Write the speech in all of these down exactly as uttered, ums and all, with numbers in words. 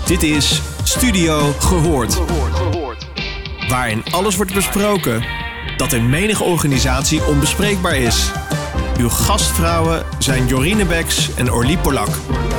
Dit is Studio Gehoord. Waarin alles wordt besproken dat in menige organisatie onbespreekbaar is. Uw gastvrouwen zijn Jorine Beks en Orlie Polak.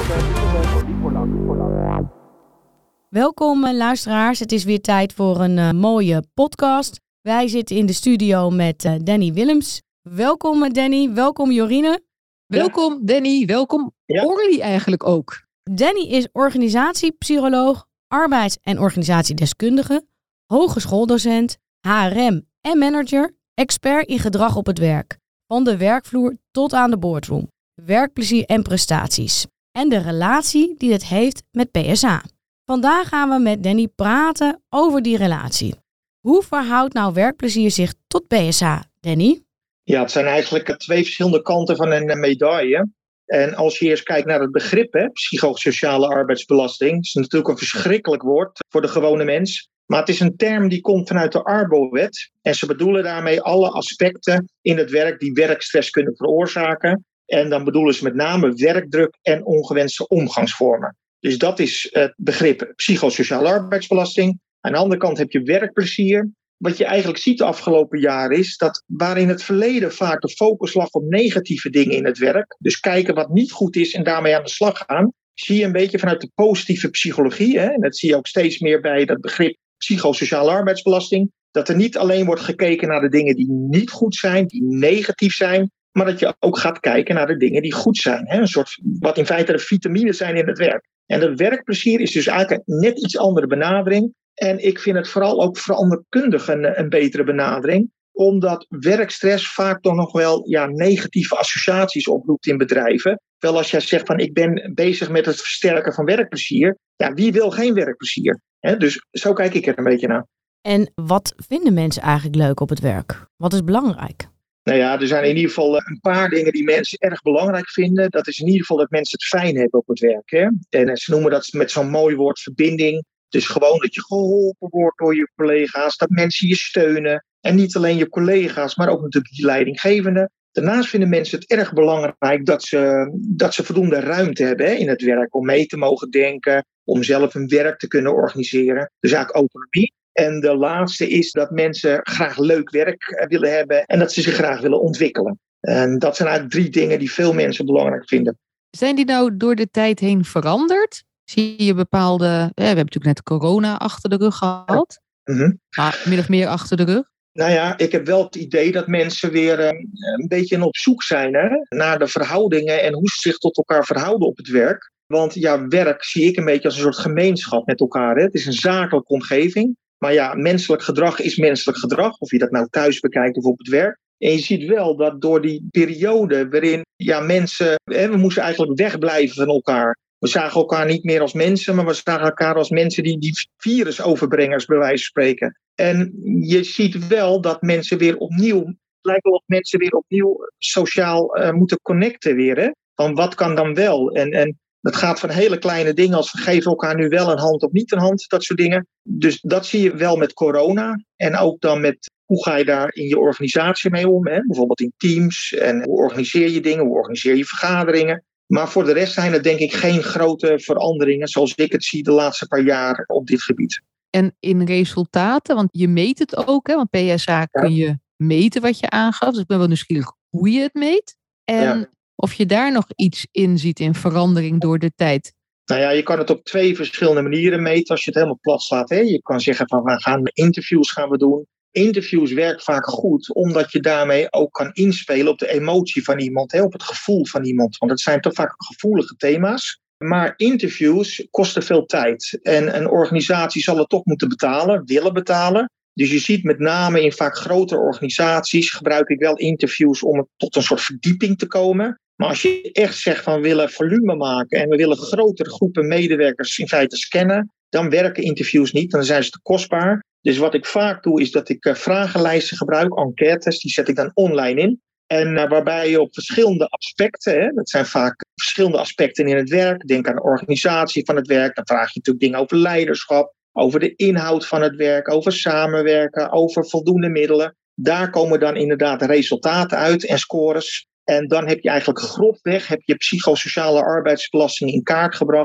Welkom luisteraars, het is weer tijd voor een uh, mooie podcast. Wij zitten in de studio met uh, Danny Willems. Welkom Danny, welkom Jorine. Welkom Danny, welkom ja. Orlie eigenlijk ook. Danny is organisatiepsycholoog, arbeids- en organisatiedeskundige, hogeschooldocent, H R M en manager, expert in gedrag op het werk. Van de werkvloer tot aan de boardroom. Werkplezier en prestaties. En de relatie die het heeft met P S A. Vandaag gaan we met Danny praten over die relatie. Hoe verhoudt nou werkplezier zich tot P S A, Danny? Ja, het zijn eigenlijk twee verschillende kanten van een medaille. En als je eerst kijkt naar het begrip, hè, psychosociale arbeidsbelasting, is natuurlijk een verschrikkelijk woord voor de gewone mens. Maar het is een term die komt vanuit de Arbo-wet. En ze bedoelen daarmee alle aspecten in het werk die werkstress kunnen veroorzaken. En dan bedoelen ze met name werkdruk en ongewenste omgangsvormen. Dus dat is het begrip psychosociale arbeidsbelasting. Aan de andere kant heb je werkplezier. Wat je eigenlijk ziet de afgelopen jaren is dat waar in het verleden vaak de focus lag op negatieve dingen in het werk. Dus kijken wat niet goed is en daarmee aan de slag gaan. Zie je een beetje vanuit de positieve psychologie. Hè? En dat zie je ook steeds meer bij dat begrip psychosociale arbeidsbelasting. Dat er niet alleen wordt gekeken naar de dingen die niet goed zijn, die negatief zijn. Maar dat je ook gaat kijken naar de dingen die goed zijn. Hè? Een soort wat in feite de vitamines zijn in het werk. En dat werkplezier is dus eigenlijk een net iets andere benadering. En ik vind het vooral ook veranderkundig een, een betere benadering. Omdat werkstress vaak toch nog wel ja, negatieve associaties oproept in bedrijven. Wel als jij zegt van ik ben bezig met het versterken van werkplezier. Ja, wie wil geen werkplezier? He, dus zo kijk ik er een beetje naar. En wat vinden mensen eigenlijk leuk op het werk? Wat is belangrijk? Nou ja, er zijn in ieder geval een paar dingen die mensen erg belangrijk vinden. Dat is in ieder geval dat mensen het fijn hebben op het werk. Hè? En ze noemen dat met zo'n mooi woord verbinding. Dus gewoon dat je geholpen wordt door je collega's. Dat mensen je steunen. En niet alleen je collega's, maar ook natuurlijk je leidinggevende. Daarnaast vinden mensen het erg belangrijk dat ze, dat ze voldoende ruimte hebben hè, in het werk. Om mee te mogen denken. Om zelf hun werk te kunnen organiseren. Dus eigenlijk autonomie. En de laatste is dat mensen graag leuk werk willen hebben. En dat ze zich graag willen ontwikkelen. En dat zijn eigenlijk drie dingen die veel mensen belangrijk vinden. Zijn die nou door de tijd heen veranderd? Zie je bepaalde... Ja, we hebben natuurlijk net corona achter de rug gehad. Mm-hmm. Maar min of meer achter de rug. Nou ja, ik heb wel het idee dat mensen weer um, een beetje op zoek zijn hè, naar de verhoudingen en hoe ze zich tot elkaar verhouden op het werk. Want ja, werk zie ik een beetje als een soort gemeenschap met elkaar. Hè. Het is een zakelijke omgeving. Maar ja, menselijk gedrag is menselijk gedrag. Of je dat nou thuis bekijkt of op het werk. En je ziet wel dat door die periode waarin ja, mensen... Hè, we moesten eigenlijk wegblijven van elkaar. We zagen elkaar niet meer als mensen, maar we zagen elkaar als mensen die, die virusoverbrengers bij wijze van spreken. En je ziet wel dat mensen weer opnieuw, het lijkt wel of mensen weer opnieuw sociaal uh, moeten connecten weer. Hè? Van wat kan dan wel? En, en dat gaat van hele kleine dingen als we geven elkaar nu wel een hand of niet een hand, dat soort dingen. Dus dat zie je wel met corona en ook dan met hoe ga je daar in je organisatie mee om? Hè? Bijvoorbeeld in teams en hoe organiseer je dingen, hoe organiseer je vergaderingen. Maar voor de rest zijn er denk ik geen grote veranderingen zoals ik het zie de laatste paar jaar op dit gebied. En in resultaten, want je meet het ook, hè? Want P S A kun je meten wat je aangaf. Dus ik ben wel nieuwsgierig hoe je het meet. En ja. Of je daar nog iets in ziet in verandering door de tijd. Nou ja, je kan het op twee verschillende manieren meten als je het helemaal plat slaat. Hè? Je kan zeggen van we gaan interviews gaan we doen. Interviews werken vaak goed, omdat je daarmee ook kan inspelen op de emotie van iemand, hè, op het gevoel van iemand. Want het zijn toch vaak gevoelige thema's. Maar interviews kosten veel tijd. En een organisatie zal het toch moeten betalen, willen betalen. Dus je ziet met name in vaak grotere organisaties gebruik ik wel interviews om tot een soort verdieping te komen. Maar als je echt zegt van we willen volume maken en we willen grotere groepen medewerkers in feite scannen, dan werken interviews niet, dan zijn ze te kostbaar. Dus wat ik vaak doe is dat ik uh, vragenlijsten gebruik, enquêtes, die zet ik dan online in. En uh, waarbij je op verschillende aspecten, hè, dat zijn vaak verschillende aspecten in het werk. Denk aan de organisatie van het werk, dan vraag je natuurlijk dingen over leiderschap, over de inhoud van het werk, over samenwerken, over voldoende middelen. Daar komen dan inderdaad resultaten uit en scores. En dan heb je eigenlijk grofweg heb je psychosociale arbeidsbelasting in kaart gebracht.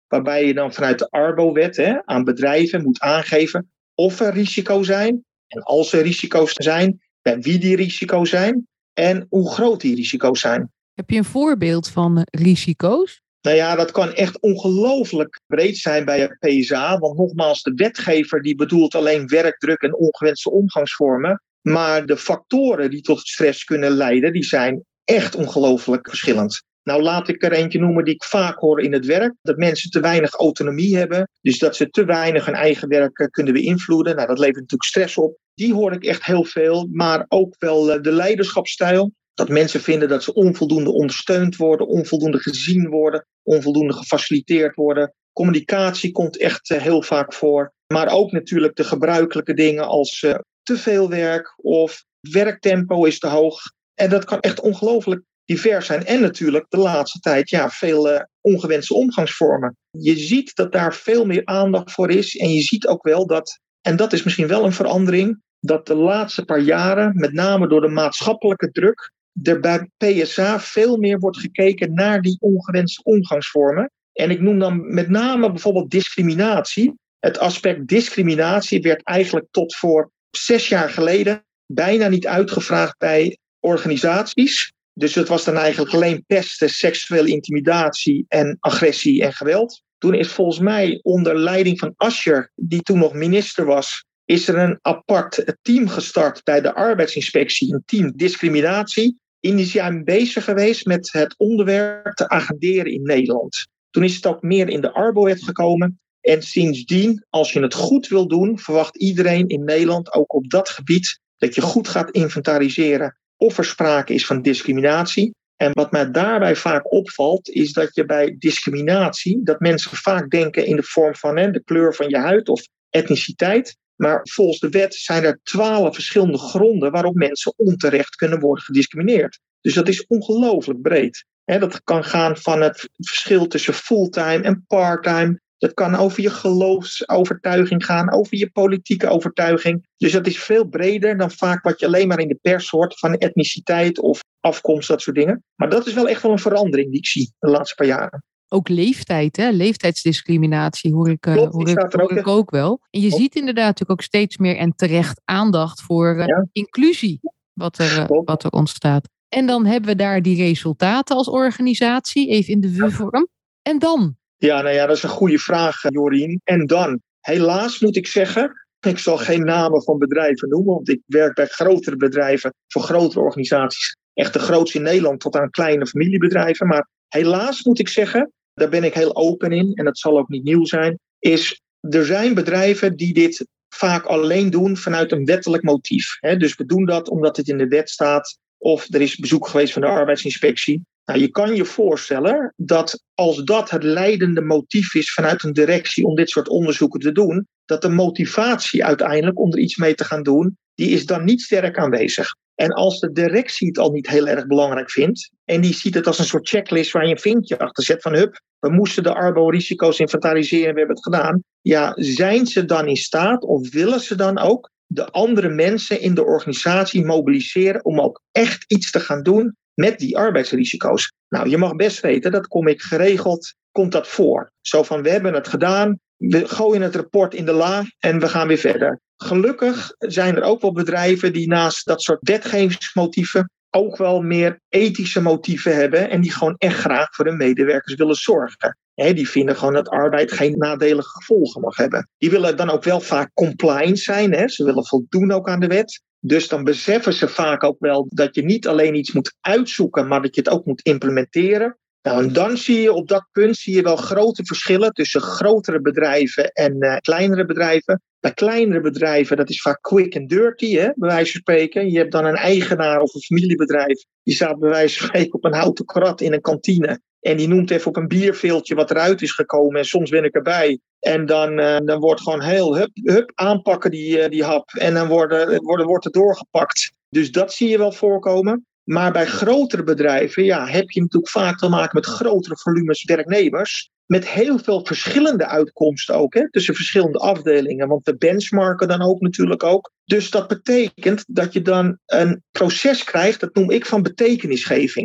waarbij je dan vanuit de Arbo-wet hè, aan bedrijven moet aangeven of er risico's zijn. En als er risico's zijn, bij wie die risico's zijn en hoe groot die risico's zijn. Heb je een voorbeeld van risico's? Nou ja, dat kan echt ongelooflijk breed zijn bij het P S A. Want nogmaals, de wetgever die bedoelt alleen werkdruk en ongewenste omgangsvormen. Maar de factoren die tot stress kunnen leiden, die zijn echt ongelooflijk verschillend. Nou, laat ik er eentje noemen die ik vaak hoor in het werk. Dat mensen te weinig autonomie hebben. Dus dat ze te weinig hun eigen werk kunnen beïnvloeden. Nou, dat levert natuurlijk stress op. Die hoor ik echt heel veel. Maar ook wel de leiderschapsstijl. Dat mensen vinden dat ze onvoldoende ondersteund worden, onvoldoende gezien worden, onvoldoende gefaciliteerd worden. Communicatie komt echt uh, heel vaak voor. Maar ook natuurlijk de gebruikelijke dingen als uh, te veel werk of werktempo is te hoog. En dat kan echt ongelooflijk divers zijn. En natuurlijk de laatste tijd ja, veel uh, ongewenste omgangsvormen. Je ziet dat daar veel meer aandacht voor is. En je ziet ook wel dat, en dat is misschien wel een verandering, dat de laatste paar jaren, met name door de maatschappelijke druk, er bij P S A veel meer wordt gekeken naar die ongewenste omgangsvormen. En ik noem dan met name bijvoorbeeld discriminatie. Het aspect discriminatie werd eigenlijk tot voor zes jaar geleden bijna niet uitgevraagd bij organisaties. Dus het was dan eigenlijk alleen pesten, seksuele intimidatie en agressie en geweld. Toen is volgens mij onder leiding van Asscher, die toen nog minister was, is er een apart team gestart bij de arbeidsinspectie, een team discriminatie. Die is jaar bezig geweest met het onderwerp te agenderen in Nederland. Toen is het ook meer in de Arbo-wet gekomen. En sindsdien, als je het goed wil doen, verwacht iedereen in Nederland, ook op dat gebied, dat je goed gaat inventariseren of er sprake is van discriminatie. En wat mij daarbij vaak opvalt, is dat je bij discriminatie, dat mensen vaak denken in de vorm van hè, de kleur van je huid of etniciteit. Maar volgens de wet zijn er twaalf verschillende gronden waarop mensen onterecht kunnen worden gediscrimineerd. Dus dat is ongelooflijk breed. He, dat kan gaan van het verschil tussen fulltime en parttime. Dat kan over je geloofsovertuiging gaan, over je politieke overtuiging. Dus dat is veel breder dan vaak wat je alleen maar in de pers hoort van etniciteit of afkomst, dat soort dingen. Maar dat is wel echt wel een verandering die ik zie de laatste paar jaren. Ook leeftijd, hè? Leeftijdsdiscriminatie hoor ik, uh, Klopt, hoor ik, hoor ook, ik ook wel. En je ziet inderdaad natuurlijk ook steeds meer en terecht aandacht voor uh, ja. inclusie wat er, uh, wat er ontstaat. En dan hebben we daar die resultaten als organisatie, even in de we-vorm. En dan? Ja, nou ja, dat is een goede vraag, Jorien. En dan? Helaas moet ik zeggen, ik zal geen namen van bedrijven noemen, want ik werk bij grotere bedrijven, voor grotere organisaties. Echt de grootste in Nederland tot aan kleine familiebedrijven. Maar helaas moet ik zeggen, daar ben ik heel open in, en dat zal ook niet nieuw zijn, is er zijn bedrijven die dit vaak alleen doen vanuit een wettelijk motief. He, dus we doen dat omdat het in de wet staat, of er is bezoek geweest van de arbeidsinspectie. Nou, je kan je voorstellen dat als dat het leidende motief is vanuit een directie om dit soort onderzoeken te doen, dat de motivatie uiteindelijk om er iets mee te gaan doen, die is dan niet sterk aanwezig. En als de directie het al niet heel erg belangrijk vindt, en die ziet het als een soort checklist waar je een vinkje achter zet van hup, we moesten de Arbo-risico's inventariseren, we hebben het gedaan. Ja, zijn ze dan in staat of willen ze dan ook de andere mensen in de organisatie mobiliseren om ook echt iets te gaan doen met die arbeidsrisico's? Nou, je mag best weten, dat kom ik geregeld, komt dat voor. Zo van, we hebben het gedaan, we gooien het rapport in de la en we gaan weer verder. Gelukkig zijn er ook wel bedrijven die naast dat soort wetgevingsmotieven ook wel meer ethische motieven hebben en die gewoon echt graag voor hun medewerkers willen zorgen. He, die vinden gewoon dat arbeid geen nadelige gevolgen mag hebben. Die willen dan ook wel vaak compliant zijn. He. Ze willen voldoen ook aan de wet. Dus dan beseffen ze vaak ook wel dat je niet alleen iets moet uitzoeken, maar dat je het ook moet implementeren. Nou, en dan zie je op dat punt zie je wel grote verschillen tussen grotere bedrijven en uh, kleinere bedrijven. Bij kleinere bedrijven, dat is vaak quick and dirty, hè, bij wijze van spreken. Je hebt dan een eigenaar of een familiebedrijf. Die staat bij wijze van spreken op een houten krat in een kantine. En die noemt even op een bierveeltje wat eruit is gekomen. En soms ben ik erbij. En dan, uh, dan wordt gewoon heel hup, hup aanpakken die, uh, die hap. En dan worden, worden, wordt het doorgepakt. Dus dat zie je wel voorkomen. Maar bij grotere bedrijven ja, heb je natuurlijk vaak te maken met grotere volumes werknemers. Met heel veel verschillende uitkomsten ook, hè, tussen verschillende afdelingen. Want we benchmarken dan ook natuurlijk ook. Dus dat betekent dat je dan een proces krijgt, dat noem ik van betekenisgeving.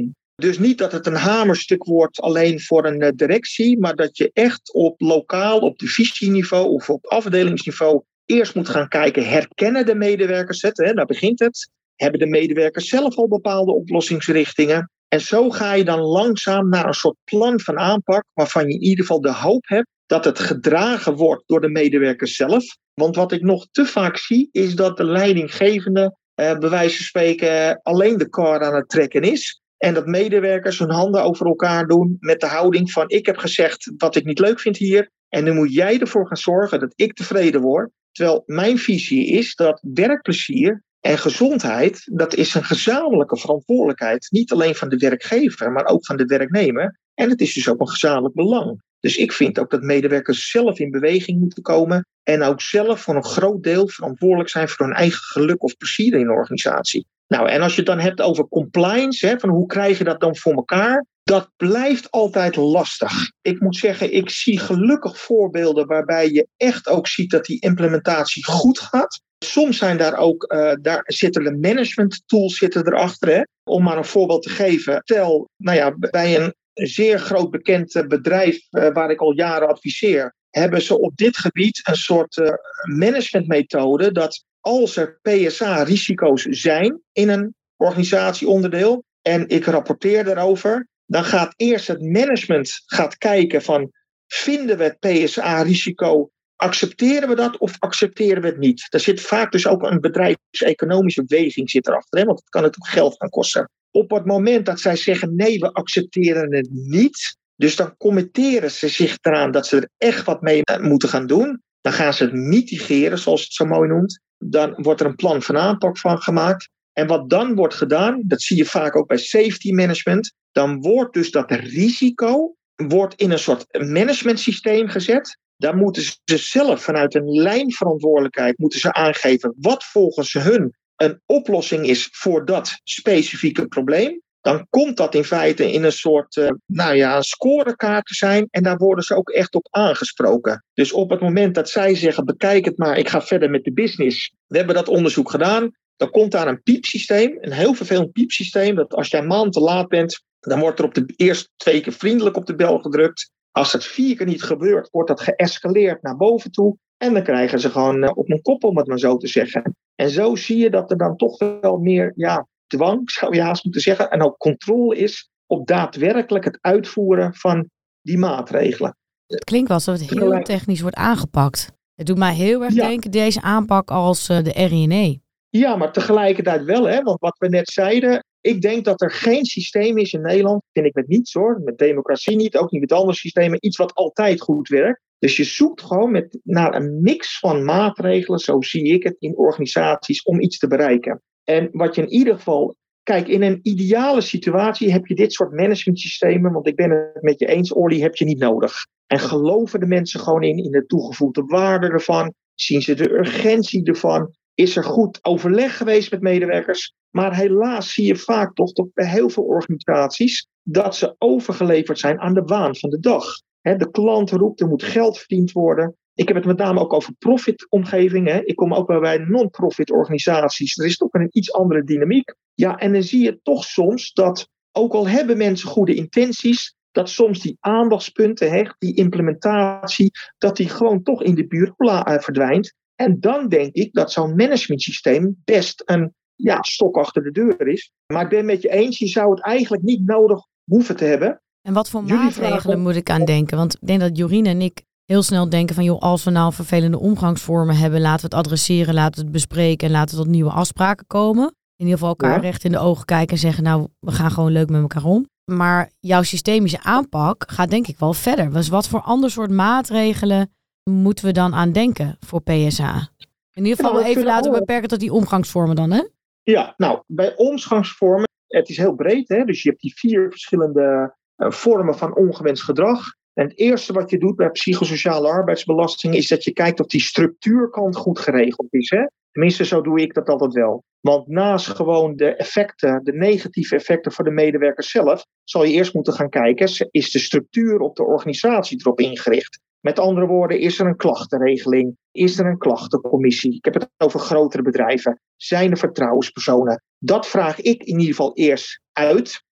Dus niet dat het een hamerstuk wordt alleen voor een uh, directie, maar dat je echt op lokaal, op divisieniveau of op afdelingsniveau eerst moet gaan kijken, herkennen de medewerkers het, hè, daar begint het. Hebben de medewerkers zelf al bepaalde oplossingsrichtingen? En zo ga je dan langzaam naar een soort plan van aanpak, waarvan je in ieder geval de hoop hebt dat het gedragen wordt door de medewerkers zelf. Want wat ik nog te vaak zie, is dat de leidinggevende, eh, bij wijze van spreken, alleen de kar aan het trekken is. En dat medewerkers hun handen over elkaar doen met de houding van, ik heb gezegd wat ik niet leuk vind hier. En nu moet jij ervoor gaan zorgen dat ik tevreden word. Terwijl mijn visie is dat werkplezier en gezondheid, dat is een gezamenlijke verantwoordelijkheid. Niet alleen van de werkgever, maar ook van de werknemer. En het is dus ook een gezamenlijk belang. Dus ik vind ook dat medewerkers zelf in beweging moeten komen. En ook zelf voor een groot deel verantwoordelijk zijn voor hun eigen geluk of plezier in de organisatie. Nou, en als je het dan hebt over compliance, hè, van hoe krijg je dat dan voor elkaar? Dat blijft altijd lastig. Ik moet zeggen, ik zie gelukkig voorbeelden waarbij je echt ook ziet dat die implementatie goed gaat. Soms zijn daar ook, uh, daar zitten de management tools zitten erachter. Hè? Om maar een voorbeeld te geven. Stel, nou ja, bij een zeer groot bekend bedrijf uh, waar ik al jaren adviseer, hebben ze op dit gebied een soort uh, managementmethode dat als er P S A-risico's zijn in een organisatieonderdeel en ik rapporteer daarover, dan gaat eerst het management gaat kijken van, vinden we het P S A-risico, accepteren we dat of accepteren we het niet? Daar zit vaak dus ook een bedrijfseconomische weging zit erachter, hè, want het kan natuurlijk geld gaan kosten. Op het moment dat zij zeggen, nee, we accepteren het niet, dus dan committeren ze zich eraan dat ze er echt wat mee moeten gaan doen. Dan gaan ze het mitigeren, zoals het zo mooi noemt. Dan wordt er een plan van aanpak van gemaakt. En wat dan wordt gedaan, dat zie je vaak ook bij safety management, dan wordt dus dat risico wordt in een soort managementsysteem gezet. Daar moeten ze zelf vanuit een lijnverantwoordelijkheid moeten ze aangeven wat volgens hun een oplossing is voor dat specifieke probleem. Dan komt dat in feite in een soort uh, nou ja, scorekaart te zijn. En daar worden ze ook echt op aangesproken. Dus op het moment dat zij zeggen, bekijk het maar, ik ga verder met de business. We hebben dat onderzoek gedaan. Dan komt daar een piepsysteem, een heel vervelend piepsysteem. Dat als jij een maand te laat bent, dan wordt er op de eerste twee keer vriendelijk op de bel gedrukt. Als het vier keer niet gebeurt, wordt dat geëscaleerd naar boven toe. En dan krijgen ze gewoon uh, op een kop, om het maar zo te zeggen. En zo zie je dat er dan toch wel meer, ja, dwang, zou je haast moeten zeggen, en ook controle is op daadwerkelijk het uitvoeren van die maatregelen. Het klinkt wel alsof het heel technisch wordt aangepakt. Het doet mij heel erg ja. denken, deze aanpak als uh, de R I N E. Ja, maar tegelijkertijd wel, hè, want wat we net zeiden, ik denk dat er geen systeem is in Nederland, vind ik met niets hoor, met democratie niet, ook niet met andere systemen, iets wat altijd goed werkt. Dus je zoekt gewoon met, naar een mix van maatregelen, zo zie ik het, in organisaties om iets te bereiken. En wat je in ieder geval, kijk, in een ideale situatie heb je dit soort managementsystemen, want ik ben het met je eens, Orly, heb je niet nodig. En geloven de mensen gewoon in, in de toegevoegde waarde ervan, zien ze de urgentie ervan, is er goed overleg geweest met medewerkers. Maar helaas zie je vaak toch, toch bij heel veel organisaties dat ze overgeleverd zijn aan de waan van de dag. He, de klant roept, er moet geld verdiend worden. Ik heb het met name ook over profitomgevingen. Ik kom ook wel bij non-profit organisaties. Er is toch een iets andere dynamiek. Ja, en dan zie je toch soms dat, ook al hebben mensen goede intenties, dat soms die aandachtspunten, he, die implementatie, dat die gewoon toch in de bureaula uh, verdwijnt. En dan denk ik dat zo'n managementsysteem best een ja, stok achter de deur is. Maar ik ben met je eens, je zou het eigenlijk niet nodig hoeven te hebben. En wat voor Jullie maatregelen vragen... moet ik aan denken? Want ik denk dat Jorien en ik heel snel denken van, joh, als we nou vervelende omgangsvormen hebben, laten we het adresseren, laten we het bespreken en laten we tot nieuwe afspraken komen. In ieder geval elkaar ja. recht in de ogen kijken en zeggen, nou, we gaan gewoon leuk met elkaar om. Maar jouw systemische aanpak gaat denk ik wel verder. Dus wat voor ander soort maatregelen moeten we dan aan denken voor P S A? In ieder geval ja, even laten we beperken tot die omgangsvormen dan, hè? Ja, nou, bij omgangsvormen, het is heel breed, hè? Dus je hebt die vier verschillende uh, vormen van ongewenst gedrag. En het eerste wat je doet bij psychosociale arbeidsbelasting is dat je kijkt of die structuurkant goed geregeld is, hè? Tenminste, zo doe ik dat altijd wel. Want naast gewoon de effecten, de negatieve effecten voor de medewerkers zelf, zal je eerst moeten gaan kijken, is de structuur op de organisatie erop ingericht? Met andere woorden, is er een klachtenregeling? Is er een klachtencommissie? Ik heb het over grotere bedrijven. Zijn er vertrouwenspersonen? Dat vraag ik in ieder geval eerst uit.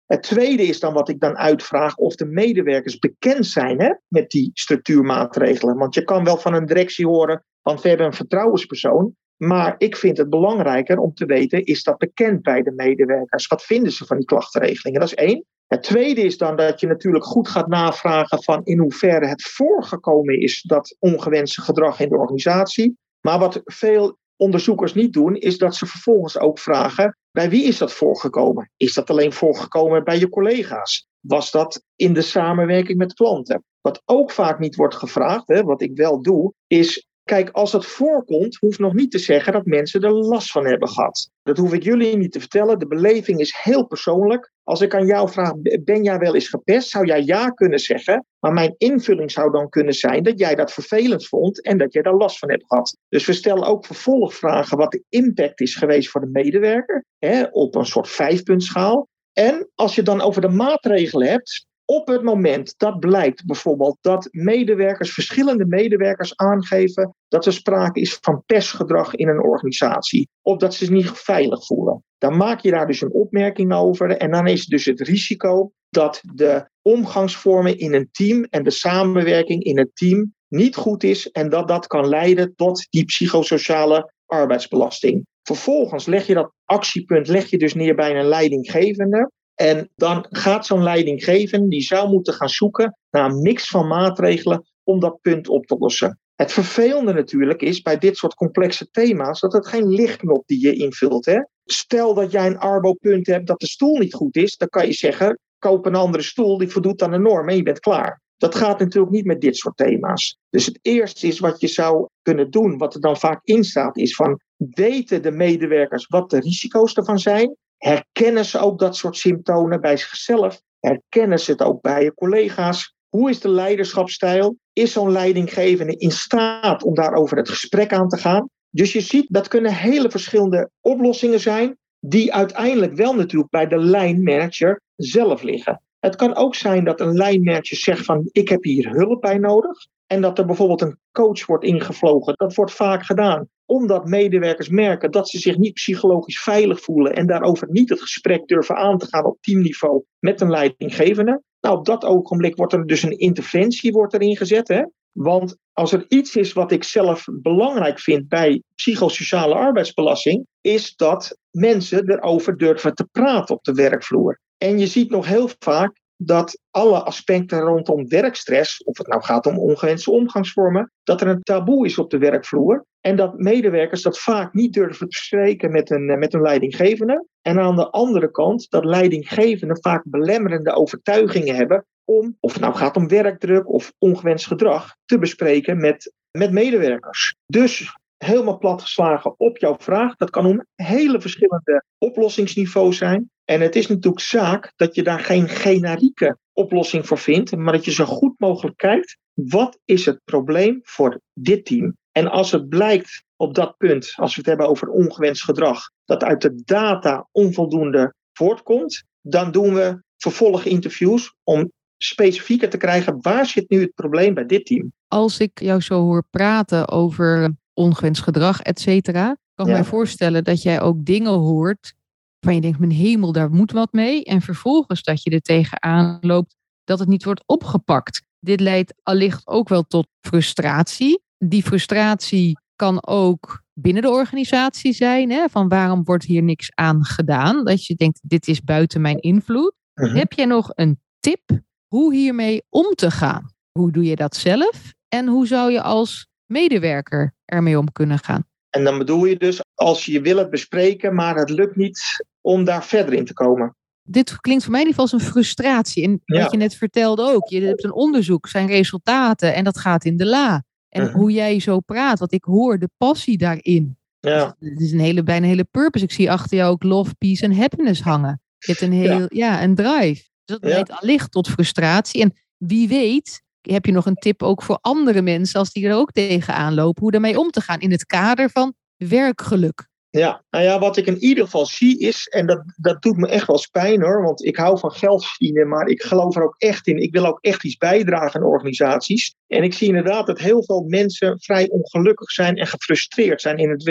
Het tweede is dan wat ik dan uitvraag of de medewerkers bekend zijn hè, met die structuurmaatregelen. Want je kan wel van een directie horen, want we hebben een vertrouwenspersoon. Maar ik vind het belangrijker om te weten, is dat bekend bij de medewerkers? Wat vinden ze van die klachtenregelingen? Dat is één. Het tweede is dan dat je natuurlijk goed gaat navragen van in hoeverre het voorgekomen is dat ongewenste gedrag in de organisatie. Maar wat veel onderzoekers niet doen, is dat ze vervolgens ook vragen, bij wie is dat voorgekomen? Is dat alleen voorgekomen bij je collega's? Was dat in de samenwerking met klanten? Wat ook vaak niet wordt gevraagd, hè, wat ik wel doe, is, kijk, als dat voorkomt, hoeft nog niet te zeggen dat mensen er last van hebben gehad. Dat hoef ik jullie niet te vertellen. De beleving is heel persoonlijk. Als ik aan jou vraag, ben jij wel eens gepest? Zou jij ja kunnen zeggen. Maar mijn invulling zou dan kunnen zijn dat jij dat vervelend vond en dat jij daar last van hebt gehad. Dus we stellen ook vervolgvragen wat de impact is geweest voor de medewerker. Hè, op een soort vijfpuntschaal. En als je dan over de maatregelen hebt, op het moment dat blijkt bijvoorbeeld dat medewerkers, verschillende medewerkers aangeven dat er sprake is van pestgedrag in een organisatie. Of dat ze zich niet veilig voelen. Dan maak je daar dus een opmerking over. En dan is dus het risico dat de omgangsvormen in een team en de samenwerking in het team niet goed is. En dat dat kan leiden tot die psychosociale arbeidsbelasting. Vervolgens leg je dat actiepunt leg je dus neer bij een leidinggevende. En dan gaat zo'n leidinggevende, die zou moeten gaan zoeken naar een mix van maatregelen om dat punt op te lossen. Het vervelende natuurlijk is bij dit soort complexe thema's dat het geen lichtknop die je invult. Hè? Stel dat jij een arbo-punt hebt dat de stoel niet goed is, dan kan je zeggen, koop een andere stoel die voldoet aan de norm en je bent klaar. Dat gaat natuurlijk niet met dit soort thema's. Dus het eerste is wat je zou kunnen doen, wat er dan vaak in staat, is van weten de medewerkers wat de risico's ervan zijn? Herkennen ze ook dat soort symptomen bij zichzelf? Herkennen ze het ook bij je collega's? Hoe is de leiderschapsstijl? Is zo'n leidinggevende in staat om daarover het gesprek aan te gaan? Dus je ziet, dat kunnen hele verschillende oplossingen zijn, die uiteindelijk wel natuurlijk bij de lijnmanager zelf liggen. Het kan ook zijn dat een lijnmanager zegt van, ik heb hier hulp bij nodig. En dat er bijvoorbeeld een coach wordt ingevlogen. Dat wordt vaak gedaan. Omdat medewerkers merken dat ze zich niet psychologisch veilig voelen. En daarover niet het gesprek durven aan te gaan op teamniveau met een leidinggevende. Nou, op dat ogenblik wordt er dus een interventie wordt erin gezet. Hè? Want als er iets is wat ik zelf belangrijk vind bij psychosociale arbeidsbelasting, is dat mensen erover durven te praten op de werkvloer. En je ziet nog heel vaak dat alle aspecten rondom werkstress, of het nou gaat om ongewenste omgangsvormen, dat er een taboe is op de werkvloer. En dat medewerkers dat vaak niet durven te spreken met een, met een leidinggevende. En aan de andere kant dat leidinggevenden vaak belemmerende overtuigingen hebben om, of het nou gaat om werkdruk of ongewenst gedrag, te bespreken met, met medewerkers. Dus helemaal platgeslagen op jouw vraag. Dat kan om hele verschillende oplossingsniveaus zijn. En het is natuurlijk zaak dat je daar geen generieke oplossing voor vindt, maar dat je zo goed mogelijk kijkt, wat is het probleem voor dit team? En als het blijkt op dat punt, als we het hebben over ongewenst gedrag, dat uit de data onvoldoende voortkomt, dan doen we vervolginterviews om specifieker te krijgen, waar zit nu het probleem bij dit team? Als ik jou zo hoor praten over ongewenst gedrag, et cetera, kan ik Ja. mij voorstellen dat jij ook dingen hoort van je denkt, mijn hemel, daar moet wat mee. En vervolgens dat je er tegenaan loopt dat het niet wordt opgepakt. Dit leidt allicht ook wel tot frustratie. Die frustratie kan ook binnen de organisatie zijn. Hè? Van waarom wordt hier niks aan gedaan? Dat je denkt, dit is buiten mijn invloed. Uh-huh. Heb jij nog een tip hoe hiermee om te gaan? Hoe doe je dat zelf? En hoe zou je als medewerker ermee om kunnen gaan? En dan bedoel je dus, als je wil het bespreken, maar het lukt niet om daar verder in te komen. Dit klinkt voor mij in ieder geval als een frustratie. En Ja. wat je net vertelde ook. Je hebt een onderzoek, zijn resultaten en dat gaat in de la. En Uh-huh. hoe jij zo praat, wat ik hoor, de passie daarin. Ja, Het is een hele, bijna een hele purpose. Ik zie achter jou ook love, peace en happiness hangen. Je hebt een heel, ja, ja een drive. Dus dat Ja. leidt allicht tot frustratie. En wie weet, heb je nog een tip ook voor andere mensen, als die er ook tegenaan lopen, hoe daarmee om te gaan in het kader van werkgeluk. ja. Nou ja, wat ik in ieder geval zie is, en dat, dat doet me echt wel eens pijn hoor, want ik hou van geld verdienen, maar ik geloof er ook echt in. Ik wil ook echt iets bijdragen aan organisaties. En ik zie inderdaad dat heel veel mensen vrij ongelukkig zijn en gefrustreerd zijn in het werk.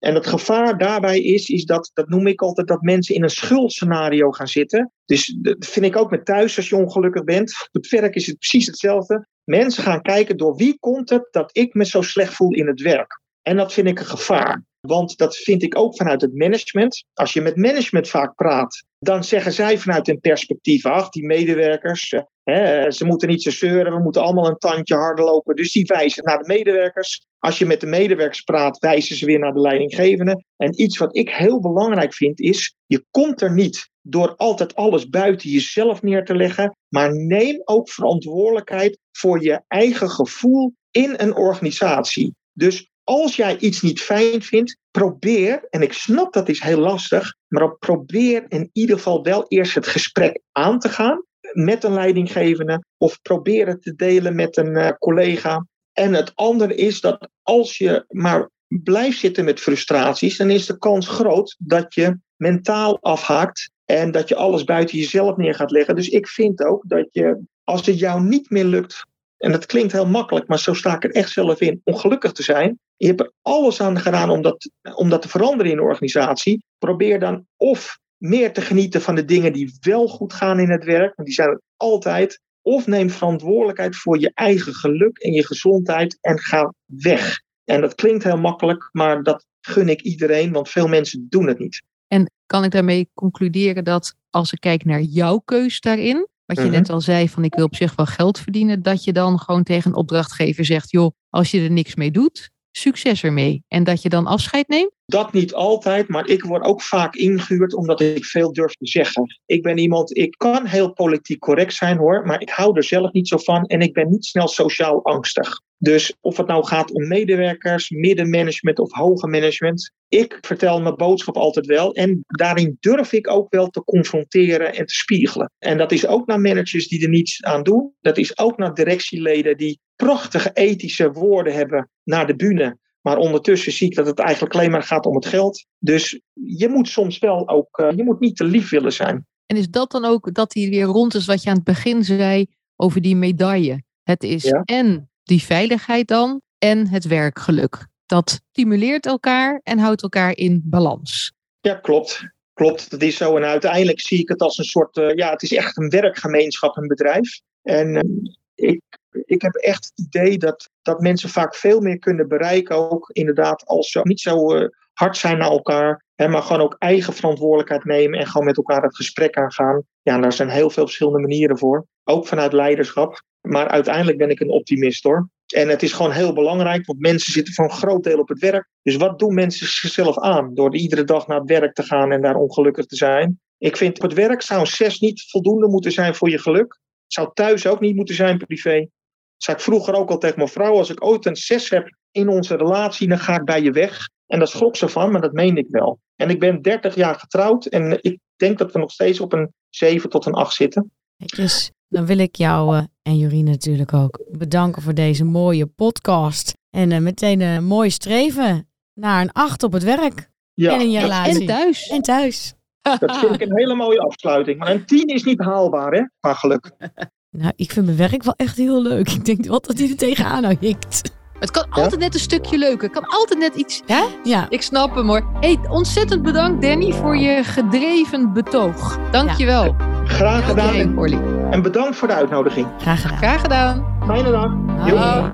En het gevaar daarbij is, is dat, dat noem ik altijd, dat mensen in een schuldscenario gaan zitten. Dus dat vind ik ook met thuis als je ongelukkig bent. Op het werk is het precies hetzelfde. Mensen gaan kijken door wie komt het dat ik me zo slecht voel in het werk. En dat vind ik een gevaar. Want dat vind ik ook vanuit het management. Als je met management vaak praat, dan zeggen zij vanuit hun perspectief, ach, die medewerkers, hè, ze moeten niet zo zeuren, we moeten allemaal een tandje harder lopen. Dus die wijzen naar de medewerkers. Als je met de medewerkers praat, wijzen ze weer naar de leidinggevende. En iets wat ik heel belangrijk vind is, je komt er niet door altijd alles buiten jezelf neer te leggen, maar neem ook verantwoordelijkheid voor je eigen gevoel in een organisatie. Dus als jij iets niet fijn vindt, probeer, en ik snap dat is heel lastig, maar probeer in ieder geval wel eerst het gesprek aan te gaan met een leidinggevende of probeer het te delen met een uh, collega. En het andere is dat als je maar blijft zitten met frustraties, dan is de kans groot dat je mentaal afhaakt en dat je alles buiten jezelf neer gaat leggen. Dus ik vind ook dat je, als het jou niet meer lukt, en dat klinkt heel makkelijk, maar zo sta ik er echt zelf in, om gelukkig te zijn. Je hebt er alles aan gedaan om dat, om dat te veranderen in de organisatie. Probeer dan of meer te genieten van de dingen die wel goed gaan in het werk, want die zijn er altijd. Of neem verantwoordelijkheid voor je eigen geluk en je gezondheid en ga weg. En dat klinkt heel makkelijk, maar dat gun ik iedereen, want veel mensen doen het niet. En kan ik daarmee concluderen dat als ik kijk naar jouw keus daarin, wat je mm-hmm. net al zei, van ik wil op zich wel geld verdienen, dat je dan gewoon tegen een opdrachtgever zegt, joh, als je er niks mee doet, succes ermee. En dat je dan afscheid neemt? Dat niet altijd, maar ik word ook vaak ingehuurd omdat ik veel durf te zeggen. Ik ben iemand, ik kan heel politiek correct zijn hoor, maar ik hou er zelf niet zo van en ik ben niet snel sociaal angstig. Dus of het nou gaat om medewerkers, middenmanagement of hoger management, ik vertel mijn boodschap altijd wel en daarin durf ik ook wel te confronteren en te spiegelen. En dat is ook naar managers die er niets aan doen. Dat is ook naar directieleden die prachtige ethische woorden hebben naar de bühne. Maar ondertussen zie ik dat het eigenlijk alleen maar gaat om het geld. Dus je moet soms wel ook, uh, je moet niet te lief willen zijn. En is dat dan ook dat die weer rond is wat je aan het begin zei over die medaille? Het is ja. en die veiligheid dan en het werkgeluk. Dat stimuleert elkaar en houdt elkaar in balans. Ja, klopt. Klopt, dat is zo. En uiteindelijk zie ik het als een soort, uh, ja, het is echt een werkgemeenschap, een bedrijf. En uh, ik, ik heb echt het idee dat, dat mensen vaak veel meer kunnen bereiken, ook inderdaad als ze niet zo uh, hard zijn naar elkaar, hè, maar gewoon ook eigen verantwoordelijkheid nemen en gewoon met elkaar het gesprek aangaan. Ja, daar zijn heel veel verschillende manieren voor, ook vanuit leiderschap. Maar uiteindelijk ben ik een optimist hoor. En het is gewoon heel belangrijk, want mensen zitten voor een groot deel op het werk. Dus wat doen mensen zichzelf aan door iedere dag naar het werk te gaan en daar ongelukkig te zijn? Ik vind op het werk zou een zes niet voldoende moeten zijn voor je geluk. Zou thuis ook niet moeten zijn privé. Dat zei ik vroeger ook al tegen mijn vrouw. Als ik ooit een zes heb in onze relatie, dan ga ik bij je weg. En daar schrok ze van, maar dat meen ik wel. En ik ben dertig jaar getrouwd en ik denk dat we nog steeds op een zeven tot een acht zitten. Dus dan wil ik jou uh, en Jorine natuurlijk ook bedanken voor deze mooie podcast. En uh, meteen een uh, mooi streven naar een acht op het werk. Ja. En in je relatie. En thuis. En thuis. Dat vind ik een hele mooie afsluiting. Maar een tien is niet haalbaar, hè? Maar geluk. Nou, ik vind mijn werk wel echt heel leuk. Ik denk wel dat hij er tegenaan hikt. Het kan altijd ja? net een stukje leuker. Het kan altijd net iets... Hè? Ja. Ik snap hem hoor. Hey, ontzettend bedankt Danny voor je gedreven betoog. Dank je wel. Ja. Graag gedaan. Okay, en, Orly. en bedankt voor de uitnodiging. Graag gedaan. Graag gedaan. Fijne dag. Hallo.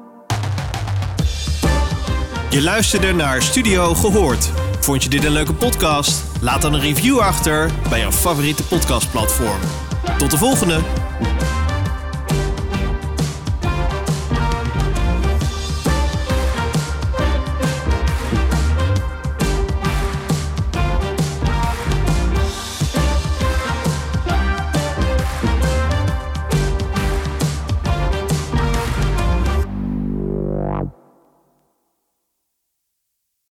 Je luisterde naar Studio Gehoord. Vond je dit een leuke podcast? Laat dan een review achter bij jouw favoriete podcastplatform. Tot de volgende!